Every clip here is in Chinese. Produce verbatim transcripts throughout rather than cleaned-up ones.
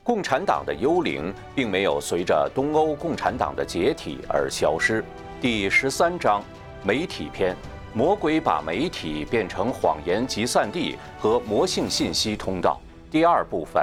共产党的幽灵并没有随着东欧共产党的解体而消失。第十三章，媒体篇：魔鬼把媒体变成谎言集散地和魔性信息通道。第二部分。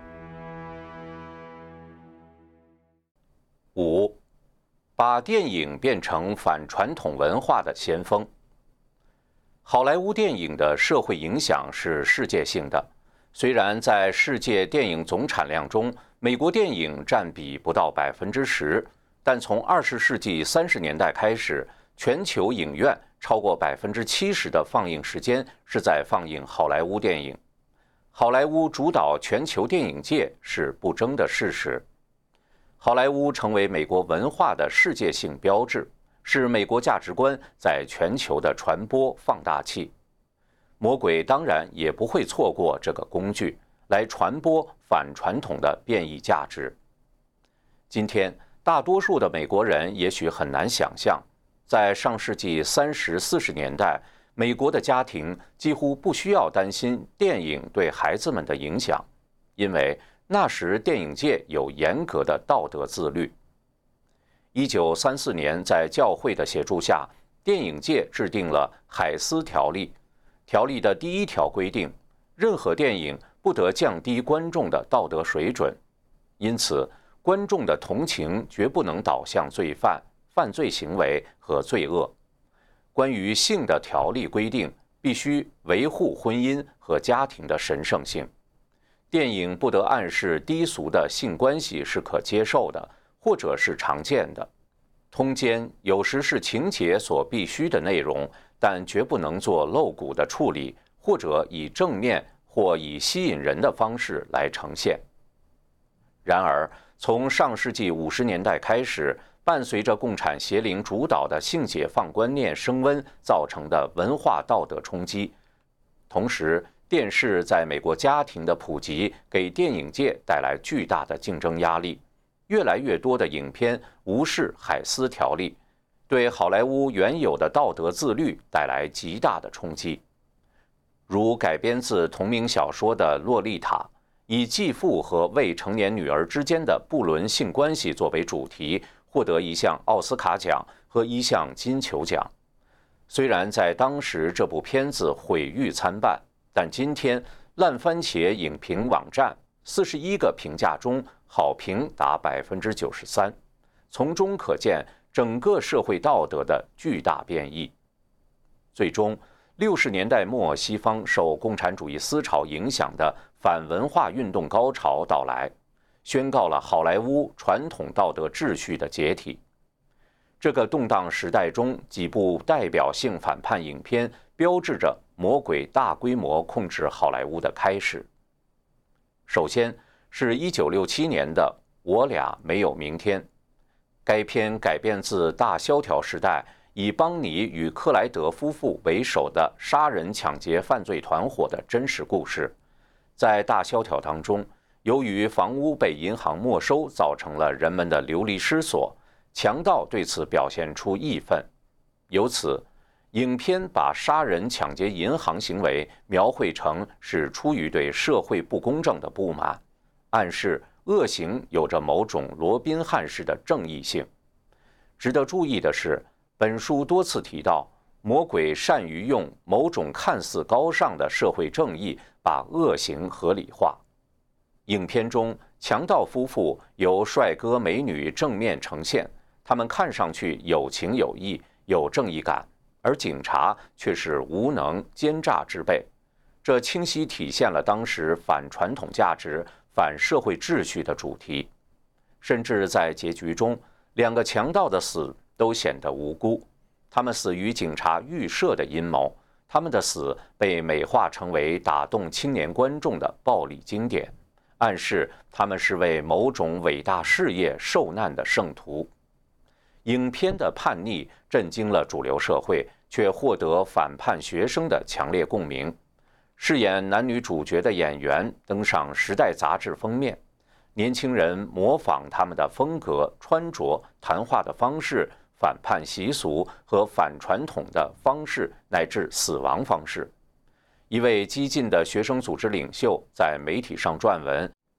五，把电影变成反传统文化的先锋。好莱坞电影的社会影响是世界性的。虽然在世界电影总产量中，美国电影占比不到百分之十，但从二十世纪三十年代开始，全球影院超过百分之七十的放映时间是在放映好莱坞电影。好莱坞主导全球电影界是不争的事实。好莱坞成为美国文化的世界性标志，是美国价值观在全球的传播放大器。魔鬼当然也不会错过这个工具，来传播反传统的变异价值。今天，大多数的美国人也许很难想象，在上世纪三十、四十年代，美国的家庭几乎不需要担心电影对孩子们的影响，因为那时电影界有严格的道德自律。一九三四年，在教会的协助下，电影界制定了海斯条例。条例的第一条规定，任何电影不得降低观众的道德水准，因此观众的同情绝不能导向罪犯、犯罪行为和罪恶。关于性的条例规定，必须维护婚姻和家庭的神圣性。电影不得暗示低俗的性关系是可接受的，或者是常见的。通奸有时是情节所必须的内容，但绝不能做露骨的处理，或者以正面或以吸引人的方式来呈现。然而，从上世纪五十年代开始，伴随着共产邪灵主导的性解放观念升温造成的文化道德冲击，同时电视在美国家庭的普及给电影界带来巨大的竞争压力。越来越多的影片无视海斯条例，对好莱坞原有的道德自律带来极大的冲击。如改编自同名小说的《洛丽塔》，以继父和未成年女儿之间的不伦性关系作为主题，获得一项奥斯卡奖和一项金球奖。虽然在当时这部片子毁誉参半，但今天烂番茄影评网站四十一个评价中，好评达百分之九十三，从中可见整个社会道德的巨大变异。最终，六十年代末西方受共产主义思潮影响的反文化运动高潮到来，宣告了好莱坞传统道德秩序的解体。这个动荡时代中，几部代表性反叛影片标志着魔鬼大规模控制好莱坞的开始。首先是一九六七年的《我俩没有明天》，该片改编自大萧条时代以邦尼与克莱德夫妇为首的杀人抢劫犯罪团伙的真实故事。在大萧条当中，由于房屋被银行没收，造成了人们的流离失所，强盗对此表现出义愤。由此，影片把杀人抢劫银行行为描绘成是出于对社会不公正的不满，暗示恶行有着某种罗宾汉式的正义性。值得注意的是，本书多次提到，魔鬼善于用某种看似高尚的社会正义把恶行合理化。影片中，强盗夫妇由帅哥美女正面呈现，他们看上去有情有义，有正义感，而警察却是无能奸诈之辈。这清晰体现了当时反传统价值、反社会秩序的主题。甚至在结局中，两个强盗的死都显得无辜，他们死于警察预设的阴谋，他们的死被美化成为打动青年观众的暴力经典，暗示他们是为某种伟大事业受难的圣徒。影片的叛逆震惊了主流社会，却获得反叛学生的强烈共鸣。饰演男女主角的演员登上《时代》杂志封面，年轻人模仿他们的风格、穿着、谈话的方式、反叛习俗和反传统的方式，乃至死亡方式。一位激进的学生组织领袖在媒体上撰文，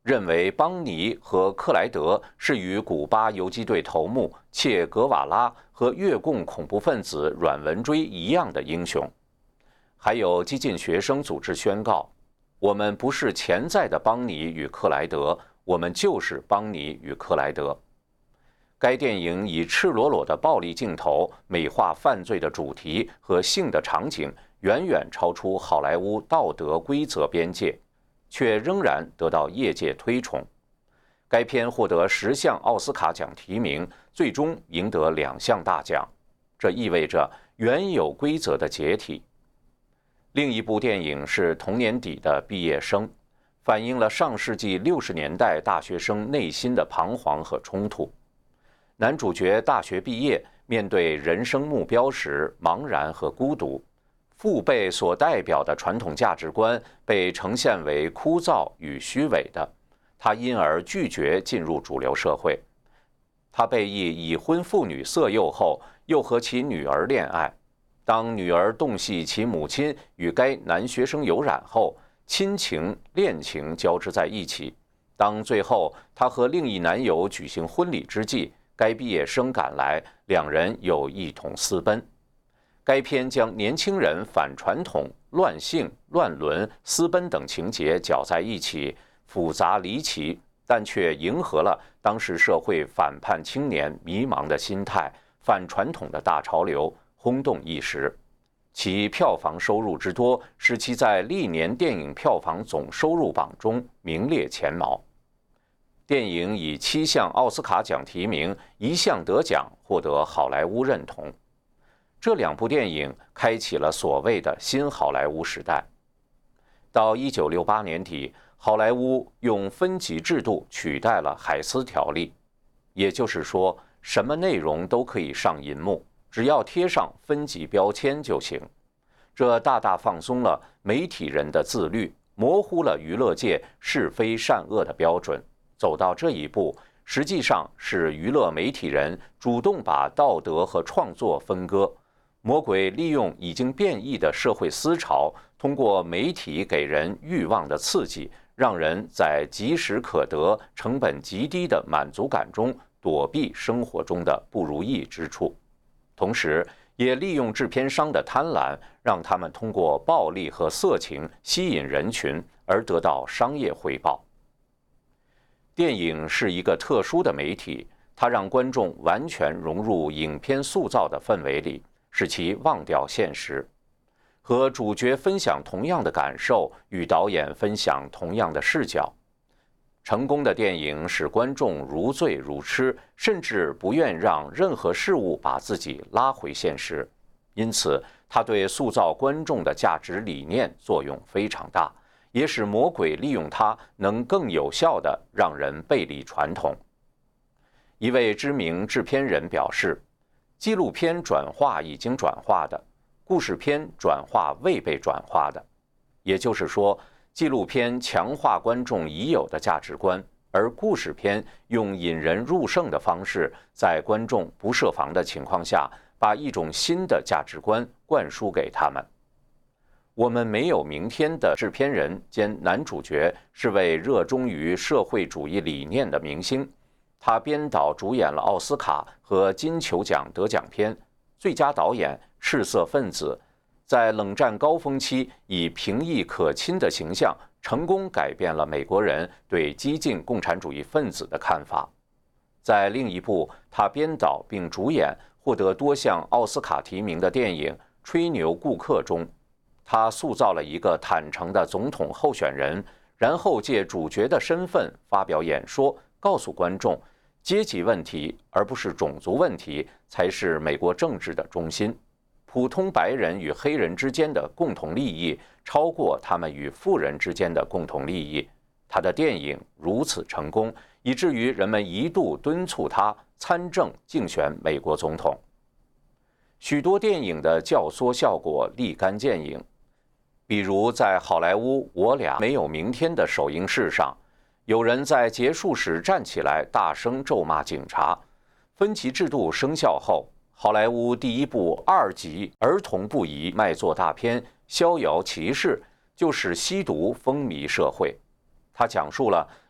认为邦尼和克莱德是与古巴游击队头目切格瓦拉和越共恐怖分子阮文锥一样的英雄。还有激进学生组织宣告，我们不是潜在的邦尼与克莱德，我们就是邦尼与克莱德。该电影以赤裸裸的暴力镜头美化犯罪的主题和性的场景，远远超出好莱坞道德规则边界，却仍然得到业界推崇。该片获得十项奥斯卡奖提名，最终赢得两项大奖，这意味着原有规则的解体。另一部电影是同年底的《毕业生》，反映了上世纪六十年代大学生内心的彷徨和冲突。男主角大学毕业，面对人生目标时茫然和孤独，父辈所代表的传统价值观被呈现为枯燥与虚伪的，他因而拒绝进入主流社会。他被一已婚妇女色诱后，又和其女儿恋爱。当女儿洞悉其母亲与该男学生有染后，亲情、恋情交织在一起。当最后他和另一男友举行婚礼之际，该毕业生赶来，两人又一同私奔。该片将年轻人反传统、乱性、乱伦、私奔等情节搅在一起，复杂离奇，但却迎合了当时社会反叛青年迷茫的心态、反传统的大潮流，轰动一时。其票房收入之多，使其在历年电影票房总收入榜中名列前茅。电影以七项奥斯卡奖提名，一项得奖，获得好莱坞认同。这两部电影开启了所谓的新好莱坞时代。到一九六八年底，好莱坞用分级制度取代了海斯条例，也就是说，什么内容都可以上银幕，只要贴上分级标签就行。这大大放松了媒体人的自律，模糊了娱乐界是非善恶的标准。走到这一步，实际上是娱乐媒体人主动把道德和创作分割。魔鬼利用已经变异的社会思潮，通过媒体给人欲望的刺激，让人在即时可得、成本极低的满足感中躲避生活中的不如意之处，同时也利用制片商的贪婪，让他们通过暴力和色情吸引人群，而得到商业回报。电影是一个特殊的媒体，它让观众完全融入影片塑造的氛围里，使其忘掉现实，和主角分享同样的感受，与导演分享同样的视角。成功的电影使观众如醉如痴，甚至不愿让任何事物把自己拉回现实，因此它对塑造观众的价值理念作用非常大，也使魔鬼利用它能更有效地让人背离传统。一位知名制片人表示，纪录片转化已经转化的，故事片转化未被转化的。也就是说，纪录片强化观众已有的价值观，而故事片用引人入胜的方式，在观众不设防的情况下，把一种新的价值观灌输给他们。我们没有明天的制片人兼男主角是位热衷于社会主义理念的明星，他编导主演了奥斯卡和金球奖得奖片，最佳导演《赤色分子》，在冷战高峰期以平易可亲的形象，成功改变了美国人对激进共产主义分子的看法。在另一部他编导并主演、获得多项奥斯卡提名的电影《吹牛顾客》中，他塑造了一个坦诚的总统候选人，然后借主角的身份发表演说，告诉观众，阶级问题而不是种族问题才是美国政治的中心。普通白人与黑人之间的共同利益超过他们与富人之间的共同利益。他的电影如此成功，以至于人们一度敦促他参政竞选美国总统。许多电影的教唆效果立竿见影，比如在好莱坞《我俩没有明天》的首映式上，有人在结束时站起来大声咒骂警察。分级制度生效后，好莱坞第一部二级儿童不宜卖座大片《逍遥骑士》就使吸毒风靡社会。它讲述了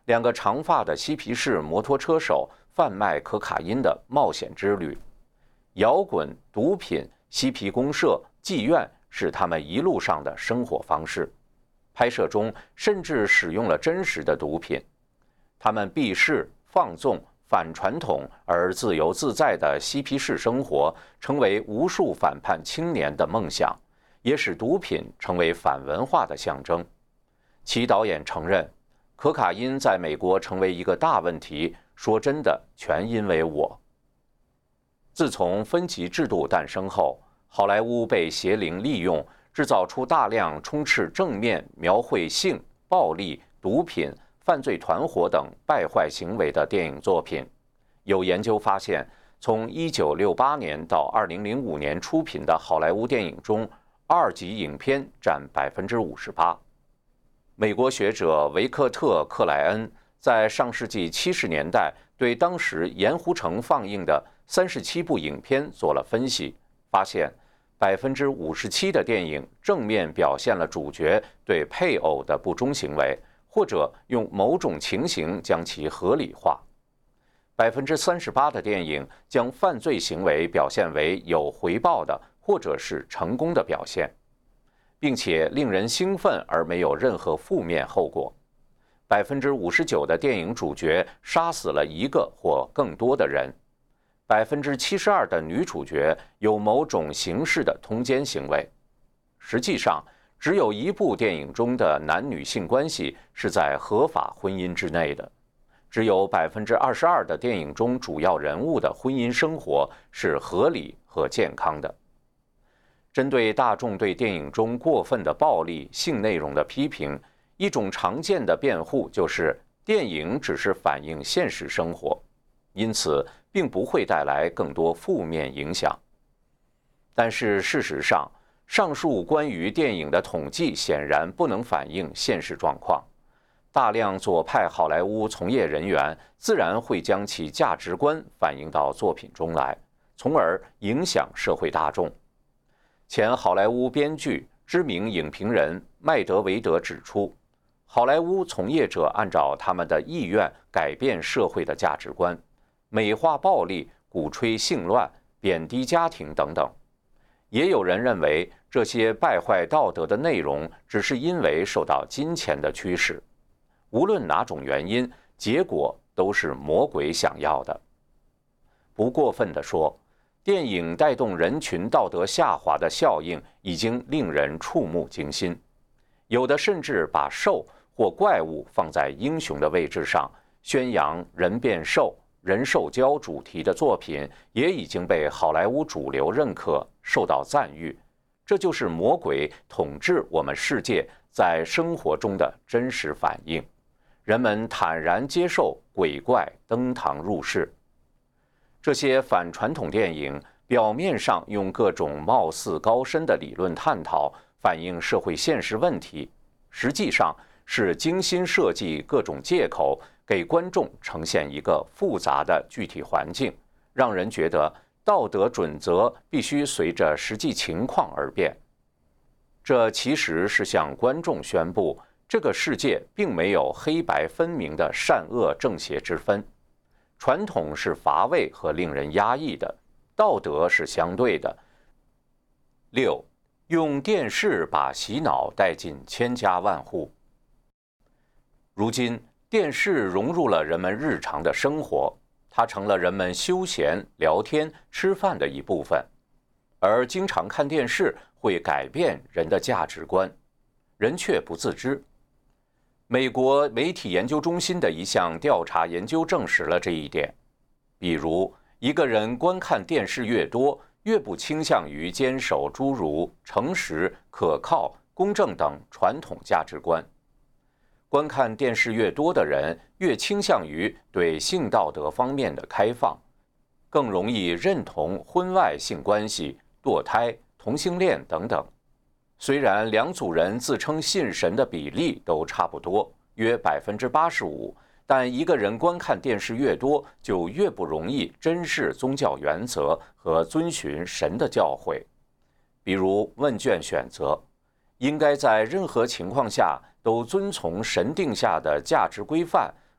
两个长发的嬉皮士摩托车手贩卖可卡因的冒险之旅。摇滚、毒品、嬉皮公社、妓院是他们一路上的生活方式。拍摄中甚至使用了真实的毒品。他们避世、放纵、反传统而自由自在的嬉皮士生活，成为无数反叛青年的梦想，也使毒品成为反文化的象征。其导演承认，可卡因在美国成为一个大问题，说真的，全因为我。自从分级制度诞生后，好莱坞被邪灵利用，制造出大量充斥正面描绘性、暴力、毒品、犯罪团伙等败坏行为的电影作品。有研究发现，从一九六八年到二零零五年出品的好莱坞电影中，二级影片占百分之五十八。美国学者维克特·克莱恩在上世纪七十年代对当时盐湖城放映的三十七部影片做了分析，发现百分之五十七的电影正面表现了主角对配偶的不忠行为，或者用某种情形将其合理化。百分之三十八的电影将犯罪行为表现为有回报的，或者是成功的表现，并且令人兴奋而没有任何负面后果。百分之五十九的电影主角杀死了一个或更多的人。百分之七十二的女主角有某种形式的通奸行为。实际上，只有一部电影中的男女性关系是在合法婚姻之内的。只有百分之二十二的电影中主要人物的婚姻生活是合理和健康的。针对大众对电影中过分的暴力、性内容的批评，一种常见的辩护就是电影只是反映现实生活，因此并不会带来更多负面影响。但是事实上，上述关于电影的统计显然不能反映现实状况。大量左派好莱坞从业人员自然会将其价值观反映到作品中来，从而影响社会大众。前好莱坞编剧、知名影评人麦德维德指出，好莱坞从业者按照他们的意愿改变社会的价值观，美化暴力、鼓吹性乱、贬低家庭等等。也有人认为，这些败坏道德的内容只是因为受到金钱的驱使。无论哪种原因，结果都是魔鬼想要的。不过分地说，电影带动人群道德下滑的效应已经令人触目惊心。有的甚至把兽或怪物放在英雄的位置上，宣扬人变兽、人兽交主题的作品也已经被好莱坞主流认可，受到赞誉。这就是魔鬼统治我们世界在生活中的真实反应。人们坦然接受鬼怪登堂入室。这些反传统电影表面上用各种貌似高深的理论探讨，反映社会现实问题，实际上是精心设计各种借口，给观众呈现一个复杂的具体环境，让人觉得道德准则必须随着实际情况而变。这其实是向观众宣布，这个世界并没有黑白分明的善恶正邪之分，传统是乏味和令人压抑的，道德是相对的。六，用电视把洗脑带进千家万户。如今，电视融入了人们日常的生活，它成了人们休闲、聊天、吃饭的一部分。而经常看电视会改变人的价值观，人却不自知。美国媒体研究中心的一项调查研究证实了这一点。比如，一个人观看电视越多，越不倾向于坚守诸如诚实、可靠、公正等传统价值观。观看电视越多的人，越倾向于对性道德方面的开放，更容易认同婚外性关系、堕胎、同性恋等等。虽然两组人自称信神的比例都差不多，约百分之八十五，但一个人观看电视越多，就越不容易珍视宗教原则和遵循神的教诲。比如问卷选择，应该在任何情况下都遵从神定下的价值规范，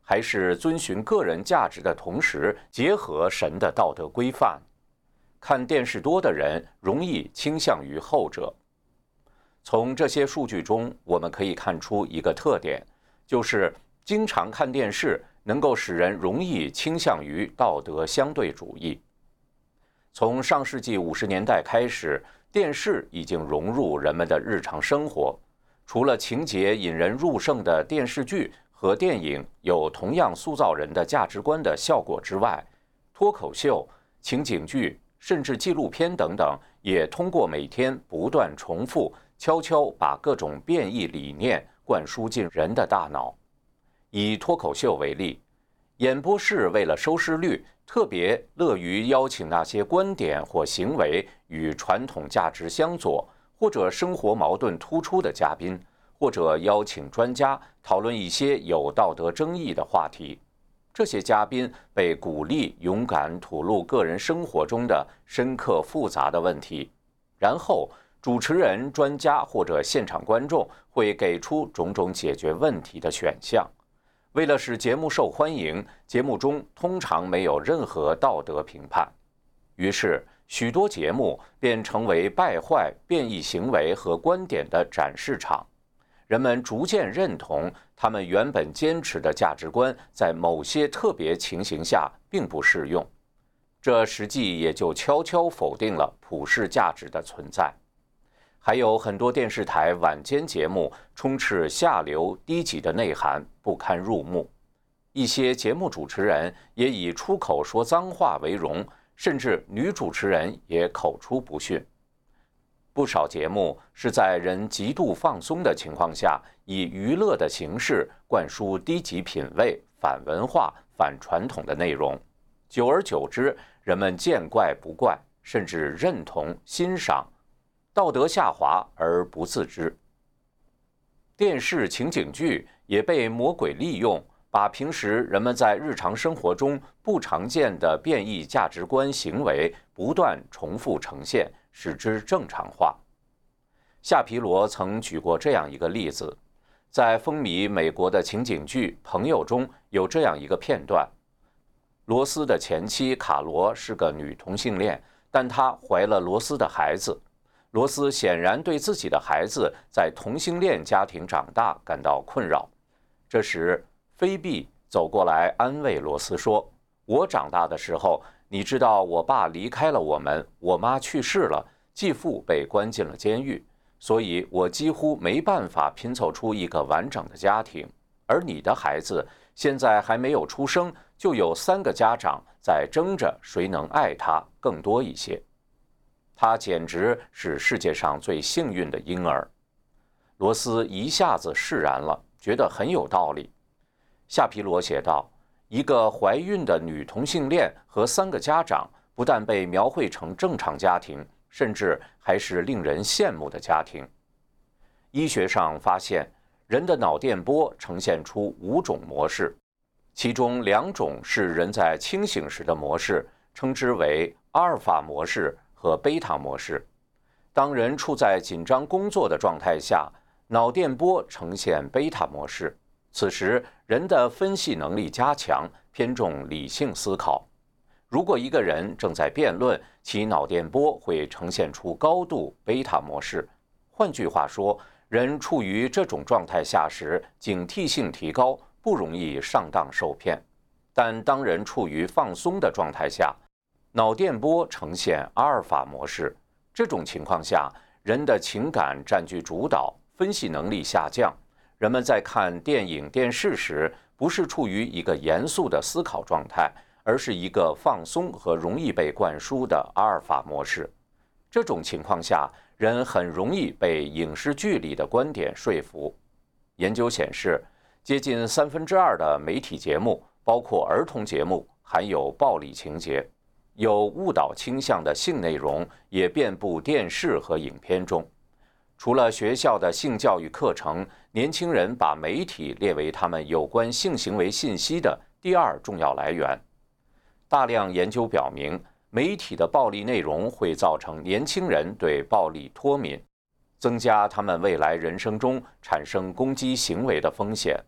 还是遵循个人价值的同时结合神的道德规范？看电视多的人容易倾向于后者。从这些数据中，我们可以看出一个特点，就是经常看电视能够使人容易倾向于道德相对主义。从上世纪五十年代开始，电视已经融入人们的日常生活。除了情节引人入胜的电视剧和电影有同样塑造人的价值观的效果之外，脱口秀、情景剧甚至纪录片等等，也通过每天不断重复，悄悄把各种变异理念灌输进人的大脑。以脱口秀为例，演播室为了收视率，特别乐于邀请那些观点或行为与传统价值相左，或者生活矛盾突出的嘉宾，或者邀请专家讨论一些有道德争议的话题。这些嘉宾被鼓励勇敢吐露个人生活中的深刻复杂的问题，然后主持人、专家或者现场观众会给出种种解决问题的选项。为了使节目受欢迎，节目中通常没有任何道德评判，于是许多节目便成为败坏、变异行为和观点的展示场。人们逐渐认同他们原本坚持的价值观在某些特别情形下并不适用，这实际也就悄悄否定了普世价值的存在。还有很多电视台晚间节目充斥下流低级的内涵，不堪入目。一些节目主持人也以出口说脏话为荣，甚至女主持人也口出不逊。不少节目是在人极度放松的情况下，以娱乐的形式灌输低级品味、反文化、反传统的内容。久而久之，人们见怪不怪，甚至认同、欣赏，道德下滑而不自知。电视情景剧也被魔鬼利用，把平时人们在日常生活中不常见的变异价值观行为不断重复呈现，使之正常化。夏皮罗曾举过这样一个例子，在风靡美国的情景剧《朋友》中有这样一个片段：罗斯的前妻卡罗是个女同性恋，但她怀了罗斯的孩子。罗斯显然对自己的孩子在同性恋家庭长大感到困扰。这时，菲比走过来安慰罗斯说：“我长大的时候，你知道我爸离开了我们，我妈去世了，继父被关进了监狱，所以我几乎没办法拼凑出一个完整的家庭。而你的孩子现在还没有出生，就有三个家长在争着谁能爱他更多一些。他简直是世界上最幸运的婴儿。”罗斯一下子释然了，觉得很有道理。夏皮罗写道：“一个怀孕的女同性恋和三个家长，不但被描绘成正常家庭，甚至还是令人羡慕的家庭。”医学上发现，人的脑电波呈现出五种模式，其中两种是人在清醒时的模式，称之为阿尔法模式和贝塔模式。当人处在紧张工作的状态下，脑电波呈现贝塔模式，此时人的分析能力加强，偏重理性思考。如果一个人正在辩论，其脑电波会呈现出高度贝塔模式。换句话说，人处于这种状态下时，警惕性提高，不容易上当受骗。但当人处于放松的状态下，脑电波呈现阿尔法模式。这种情况下，人的情感占据主导，分析能力下降。人们在看电影、电视时，不是处于一个严肃的思考状态，而是一个放松和容易被灌输的阿尔法模式。这种情况下，人很容易被影视剧里的观点说服。研究显示，接近三分之二的媒体节目，包括儿童节目，含有暴力情节。有误导倾向的性内容也遍布电视和影片中。除了学校的性教育课程，年轻人把媒体列为他们有关性行为信息的第二重要来源。大量研究表明，媒体的暴力内容会造成年轻人对暴力脱敏，增加他们未来人生中产生攻击行为的风险。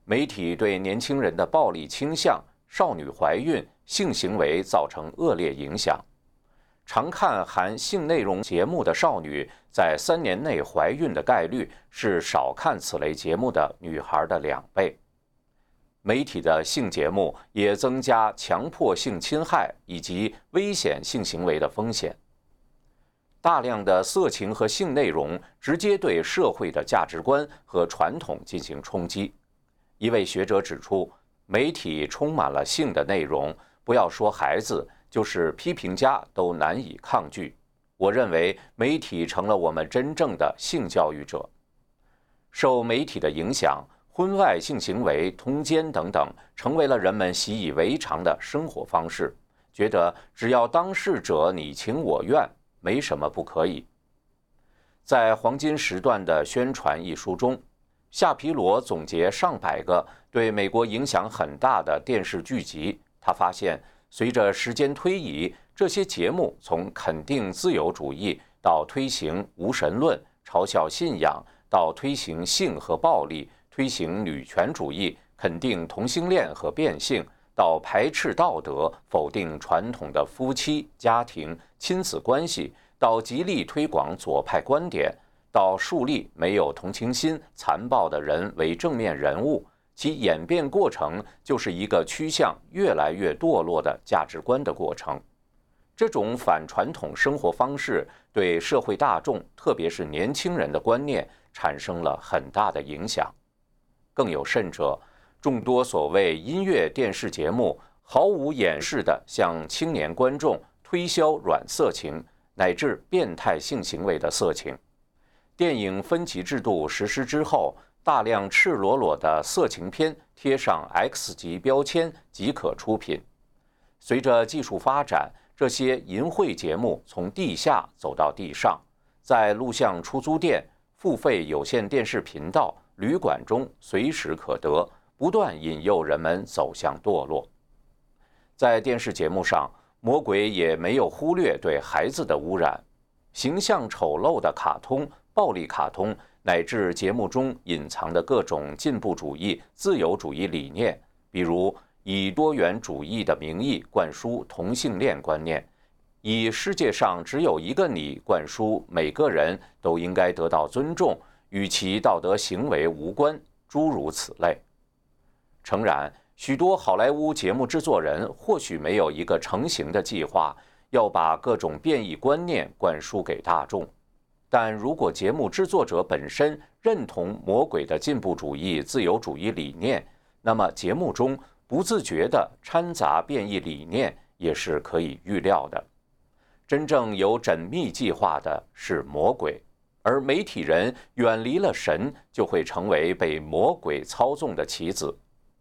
媒体对年轻人的暴力倾向、少女怀孕、性行为造成恶劣影响。常看含性内容节目的少女，在三年内怀孕的概率是少看此类节目的女孩的两倍。媒体的性节目也增加强迫性侵害以及危险性行为的风险。大量的色情和性内容直接对社会的价值观和传统进行冲击。一位学者指出，媒体充满了性的内容，不要说孩子，就是批评家都难以抗拒。我认为媒体成了我们真正的性教育者。受媒体的影响，婚外性行为、通奸等等成为了人们习以为常的生活方式，觉得只要当事者你情我愿，没什么不可以。在《黄金时段的宣传》一书中，夏皮罗总结上百个对美国影响很大的电视剧集，他发现随着时间推移，这些节目从肯定自由主义到推行无神论、嘲笑信仰，到推行性和暴力，推行女权主义，肯定同性恋和变性，到排斥道德，否定传统的夫妻、家庭、亲子关系，到极力推广左派观点，到树立没有同情心、残暴的人为正面人物，其演变过程就是一个趋向越来越堕落的价值观的过程。这种反传统生活方式对社会大众，特别是年轻人的观念产生了很大的影响。更有甚者，众多所谓音乐电视节目毫无掩饰地向青年观众推销软色情乃至变态性行为的色情。电影分级制度实施之后，大量赤裸裸的色情片贴上 X 级标签即可出品。随着技术发展，这些淫秽节目从地下走到地上，在录像出租店、付费有线电视频道、旅馆中随时可得，不断引诱人们走向堕落。在电视节目上，魔鬼也没有忽略对孩子的污染，形象丑陋的卡通、暴力卡通，乃至节目中隐藏的各种进步主义、自由主义理念，比如以多元主义的名义灌输同性恋观念，以世界上只有一个你灌输每个人都应该得到尊重，与其道德行为无关，诸如此类。诚然，许多好莱坞节目制作人或许没有一个成型的计划，要把各种变异观念灌输给大众。但如果节目制作者本身认同魔鬼的进步主义、自由主义理念，那么节目中不自觉地掺杂变异理念也是可以预料的。真正有缜密计划的是魔鬼，而媒体人远离了神，就会成为被魔鬼操纵的棋子。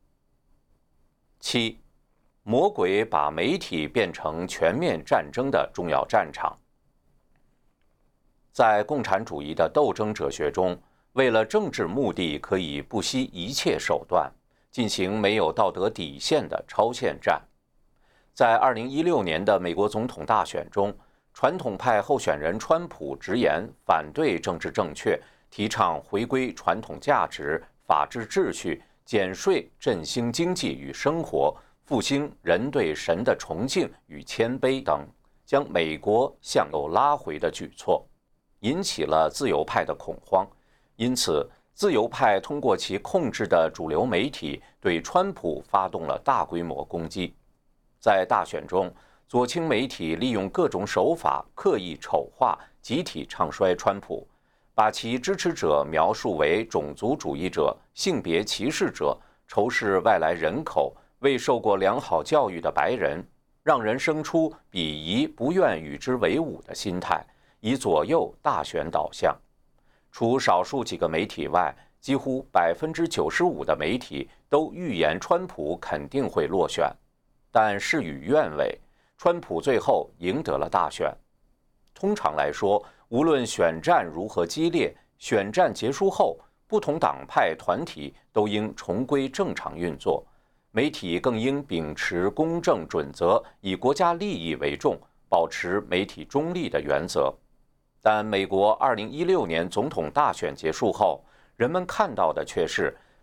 七，魔鬼把媒体变成全面战争的重要战场。在共产主义的斗争哲学中，为了政治目的，可以不惜一切手段，进行没有道德底线的超限战。在二零一六年的美国总统大选中，传统派候选人川普直言反对政治正确，提倡回归传统价值、法治秩序、减税、振兴经济与生活、复兴人对神的崇敬与谦卑等，将美国向右拉回的举措，引起了自由派的恐慌。因此，自由派通过其控制的主流媒体对川普发动了大规模攻击。在大选中，左倾媒体利用各种手法刻意丑化、集体唱衰川普，把其支持者描述为种族主义者、性别歧视者、仇视外来人口、未受过良好教育的白人，让人生出鄙夷、不愿与之为伍的心态，以左右大选导向。除少数几个媒体外，几乎百分之九十五的媒体都预言川普肯定会落选。但事与愿违，川普最后赢得了大选。通常来说，无论选战如何激烈，选战结束后，不同党派团体都应重归正常运作，媒体更应秉持公正准则，以国家利益为重，保持媒体中立的原则。但美国二零一六年总统大选结束后，人们看到的却是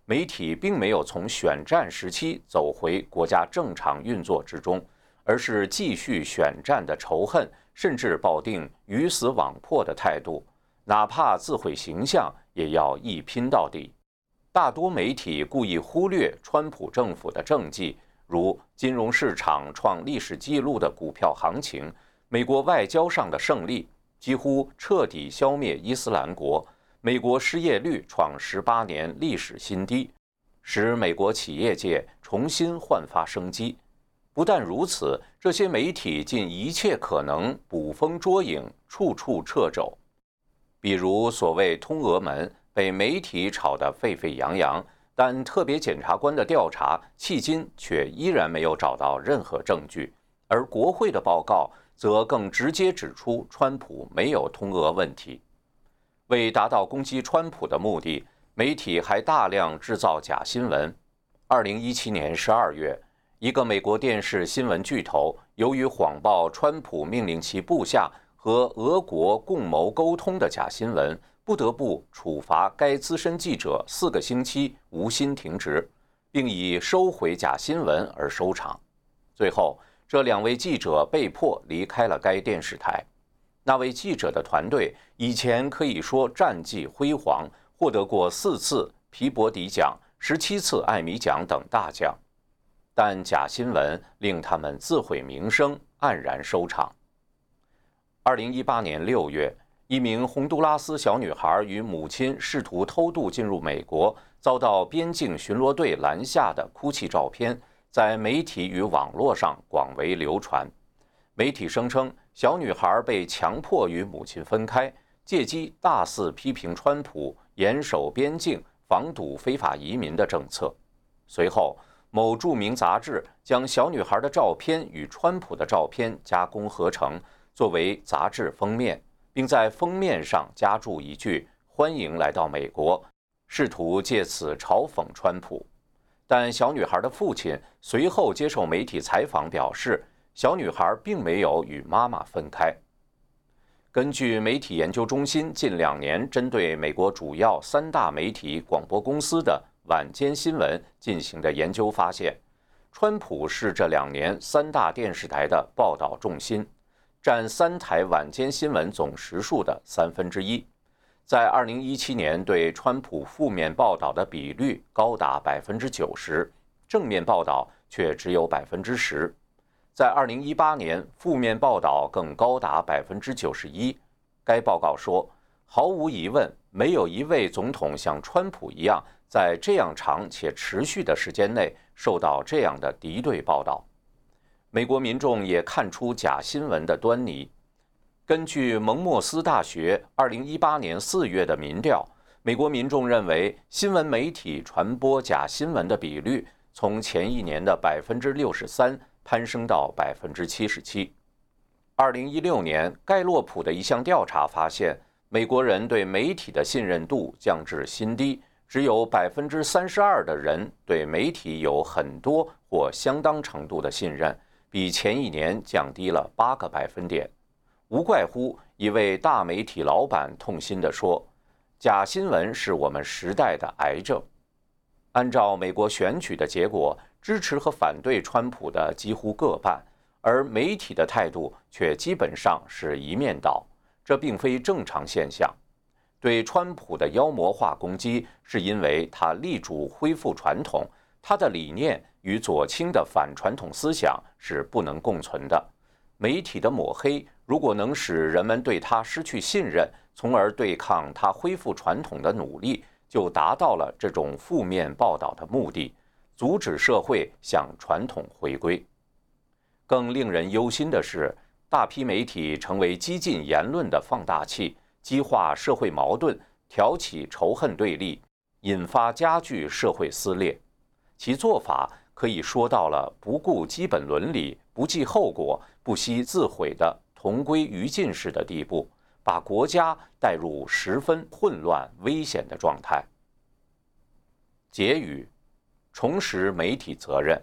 媒体并没有从选战时期走回国家正常运作之中，而是继续选战的仇恨，甚至抱定鱼死网破的态度，哪怕自毁形象也要一拼到底。大多媒体故意忽略川普政府的政绩，如金融市场创历史纪录的股票行情，美国外交上的胜利，几乎彻底消灭伊斯兰国，美国失业率创十八年历史新低，使美国企业界重新焕发生机。不但如此，这些媒体尽一切可能捕风捉影，处处掣肘。比如所谓通俄门被媒体炒得沸沸扬扬，但特别检察官的调查迄今却依然没有找到任何证据，而国会的报告则更直接指出川普没有通俄问题。为达到攻击川普的目的，媒体还大量制造假新闻。二零一七年十二月，一个美国电视新闻巨头由于谎报川普命令其部下和俄国共谋沟通的假新闻，不得不处罚该资深记者四个星期无薪停职，并以收回假新闻而收场。最后，这两位记者被迫离开了该电视台。那位记者的团队以前可以说战绩辉煌，获得过四次皮博迪奖、十七次艾米奖等大奖，但假新闻令他们自毁名声，黯然收场。二零一八年六月，一名洪都拉斯小女孩与母亲试图偷渡进入美国，遭到边境巡逻队拦下的哭泣照片，在媒体与网络上广为流传。媒体声称，小女孩被强迫与母亲分开，借机大肆批评川普严守边境、防堵非法移民的政策。随后，某著名杂志将小女孩的照片与川普的照片加工合成，作为杂志封面，并在封面上加注一句“欢迎来到美国”，试图借此嘲讽川普。但小女孩的父亲随后接受媒体采访表示，小女孩并没有与妈妈分开。根据媒体研究中心近两年针对美国主要三大媒体广播公司的晚间新闻进行的研究发现，川普是这两年三大电视台的报道重心，占三台晚间新闻总时数的三分之一。在二零一七年，对川普负面报道的比率高达百分之九十，正面报道却只有百分之十。在二零一八年，负面报道更高达百分之九十一。该报告说，毫无疑问，没有一位总统像川普一样，在这样长且持续的时间内受到这样的敌对报道。美国民众也看出假新闻的端倪。根据蒙莫斯大学二零一八年四月的民调，美国民众认为新闻媒体传播假新闻的比率从前一年的百分之六十三攀升到百分之七十七。二零一六年，盖洛普的一项调查发现，美国人对媒体的信任度降至新低，只有百分之三十二的人对媒体有很多或相当程度的信任，比前一年降低了八个百分点。无怪乎一位大媒体老板痛心地说：“假新闻是我们时代的癌症。”按照美国选举的结果，支持和反对川普的几乎各半，而媒体的态度却基本上是一面倒，这并非正常现象。对川普的妖魔化攻击，是因为他力主恢复传统，他的理念与左倾的反传统思想是不能共存的。媒体的抹黑，如果能使人们对他失去信任，从而对抗他恢复传统的努力，就达到了这种负面报道的目的，阻止社会向传统回归。更令人忧心的是，大批媒体成为激进言论的放大器，激化社会矛盾，挑起仇恨对立，引发加剧社会撕裂。其做法可以说到了不顾基本伦理、不计后果、不惜自毁的同归于尽式的地步，把国家带入十分混乱危险的状态。结语：重拾媒体责任。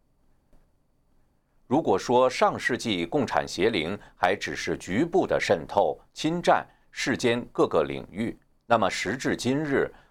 如果说上世纪共产邪灵还只是局部的渗透、侵占世间各个领域，那么时至今日，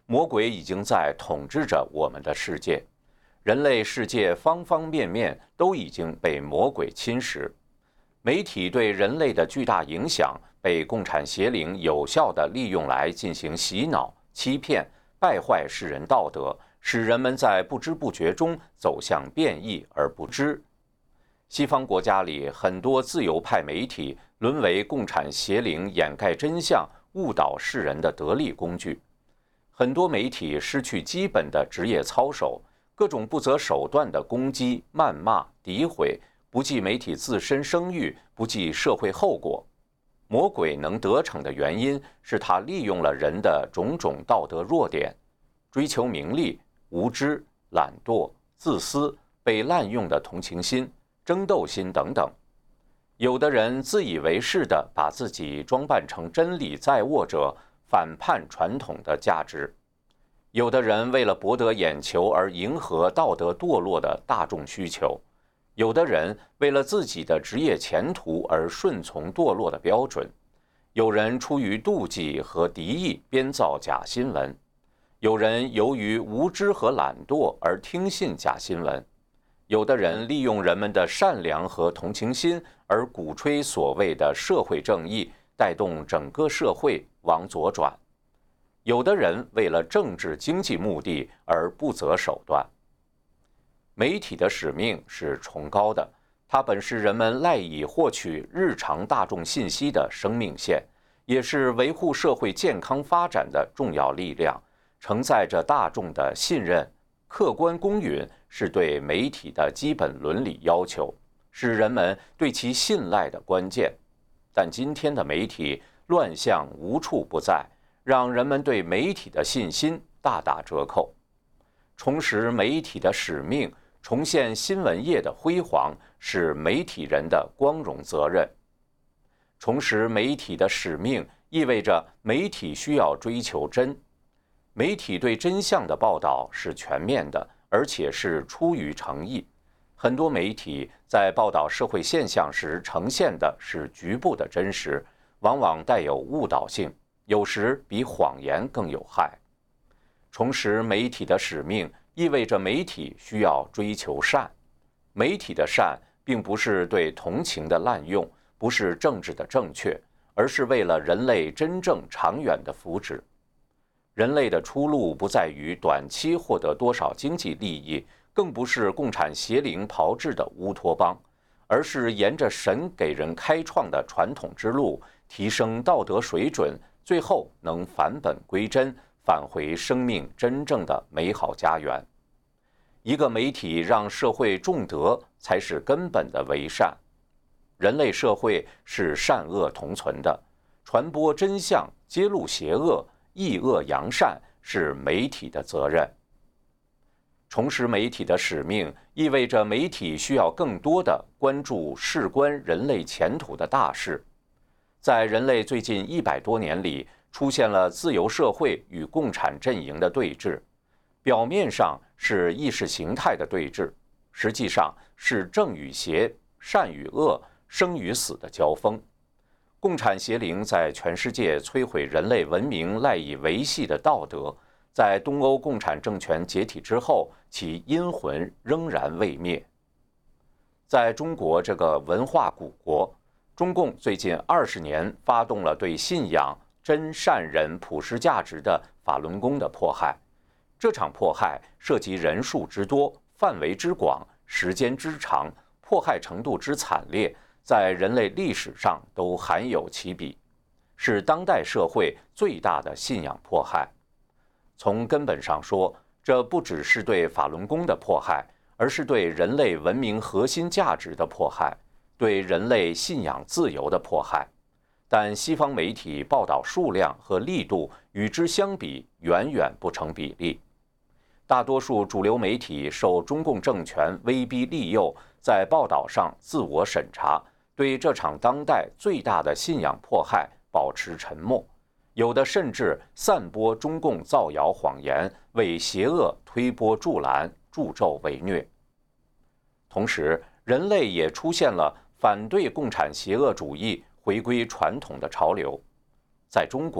魔鬼已经在统治着我们的世界，人类世界方方面面都已经被魔鬼侵蚀。媒体对人类的巨大影响被共产邪灵有效地利用来进行洗脑、欺骗、败坏世人道德，使人们在不知不觉中走向变异而不知。西方国家里很多自由派媒体沦为共产邪灵掩盖真相、误导世人的得力工具。很多媒体失去基本的职业操守，各种不择手段的攻击、谩骂、诋毁，不计媒体自身声誉，不计社会后果。魔鬼能得逞的原因是他利用了人的种种道德弱点，追求名利、无知、懒惰、自私、被滥用的同情心、争斗心等等。有的人自以为是地把自己装扮成真理在握者，反叛传统的价值；有的人为了博得眼球而迎合道德堕落的大众需求；有的人为了自己的职业前途而顺从堕落的标准；有人出于妒忌和敌意编造假新闻；有人由于无知和懒惰而听信假新闻；有的人利用人们的善良和同情心而鼓吹所谓的社会正义，带动整个社会往左转；有的人为了政治经济目的而不择手段。媒体的使命是崇高的，它本是人们赖以获取日常大众信息的生命线，也是维护社会健康发展的重要力量，承载着大众的信任。客观公允是对媒体的基本伦理要求，是人们对其信赖的关键。但今天的媒体乱象无处不在，让人们对媒体的信心大打折扣。重拾媒体的使命，重现新闻业的辉煌，是媒体人的光荣责任。重拾媒体的使命，意味着媒体需要追求真。媒体对真相的报道是全面的，而且是出于诚意。很多媒体在报道社会现象时呈现的是局部的真实，往往带有误导性，有时比谎言更有害。重拾媒体的使命，意味着媒体需要追求善。媒体的善并不是对同情的滥用，不是政治的正确，而是为了人类真正长远的福祉。人类的出路不在于短期获得多少经济利益，更不是共产邪灵炮制的乌托邦，而是沿着神给人开创的传统之路，提升道德水准，最后能返本归真，返回生命真正的美好家园。一个媒体让社会重德，才是根本的为善。人类社会是善恶同存的，传播真相、揭露邪恶、抑恶扬善是媒体的责任。重拾媒体的使命，意味着媒体需要更多的关注事关人类前途的大事。在人类最近一百多年里，出现了自由社会与共产阵营的对峙，表面上是意识形态的对峙，实际上是正与邪、善与恶、生与死的交锋。共产邪灵在全世界摧毁人类文明赖以维系的道德，在东欧共产政权解体之后，其阴魂仍然未灭。在中国这个文化古国，中共最近二十年发动了对信仰、真善忍普世价值的法轮功的迫害。这场迫害涉及人数之多、范围之广、时间之长、迫害程度之惨烈，在人类历史上都罕有其比，是当代社会最大的信仰迫害。从根本上说，这不只是对法轮功的迫害，而是对人类文明核心价值的迫害，对人类信仰自由的迫害。但西方媒体报道数量和力度与之相比远远不成比例。大多数主流媒体受中共政权威逼利诱，在报道上自我审查，对这场当代最大的信仰迫害保持沉默，有的甚至散播中共造谣谎言，为邪恶推波助澜，助纣为虐。同时，人类也出现了反对共产邪恶主义、回归传统的潮流。在中国，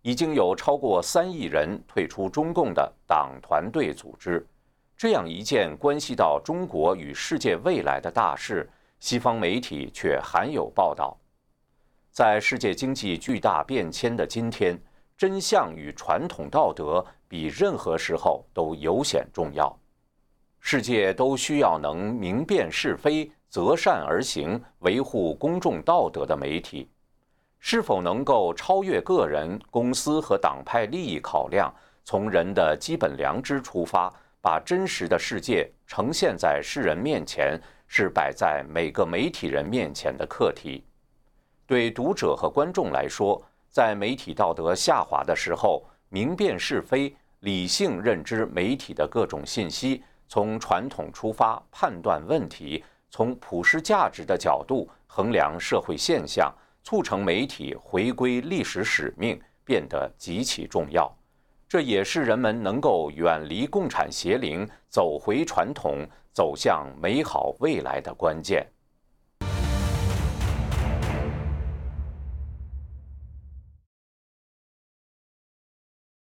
已经有超过三亿人退出中共的党团队组织。这样一件关系到中国与世界未来的大事，西方媒体却罕有报道。在世界经济巨大变迁的今天，真相与传统道德比任何时候都尤显重要。世界都需要能明辨是非、择善而行、维护公众道德的媒体。是否能够超越个人、公司和党派利益考量，从人的基本良知出发，把真实的世界呈现在世人面前，是摆在每个媒体人面前的课题。对读者和观众来说，在媒体道德下滑的时候，明辨是非、理性认知媒体的各种信息，从传统出发判断问题，从普世价值的角度衡量社会现象，促成媒体回归历史使命，变得极其重要。这也是人们能够远离共产邪灵，走回传统，走向美好未来的关键。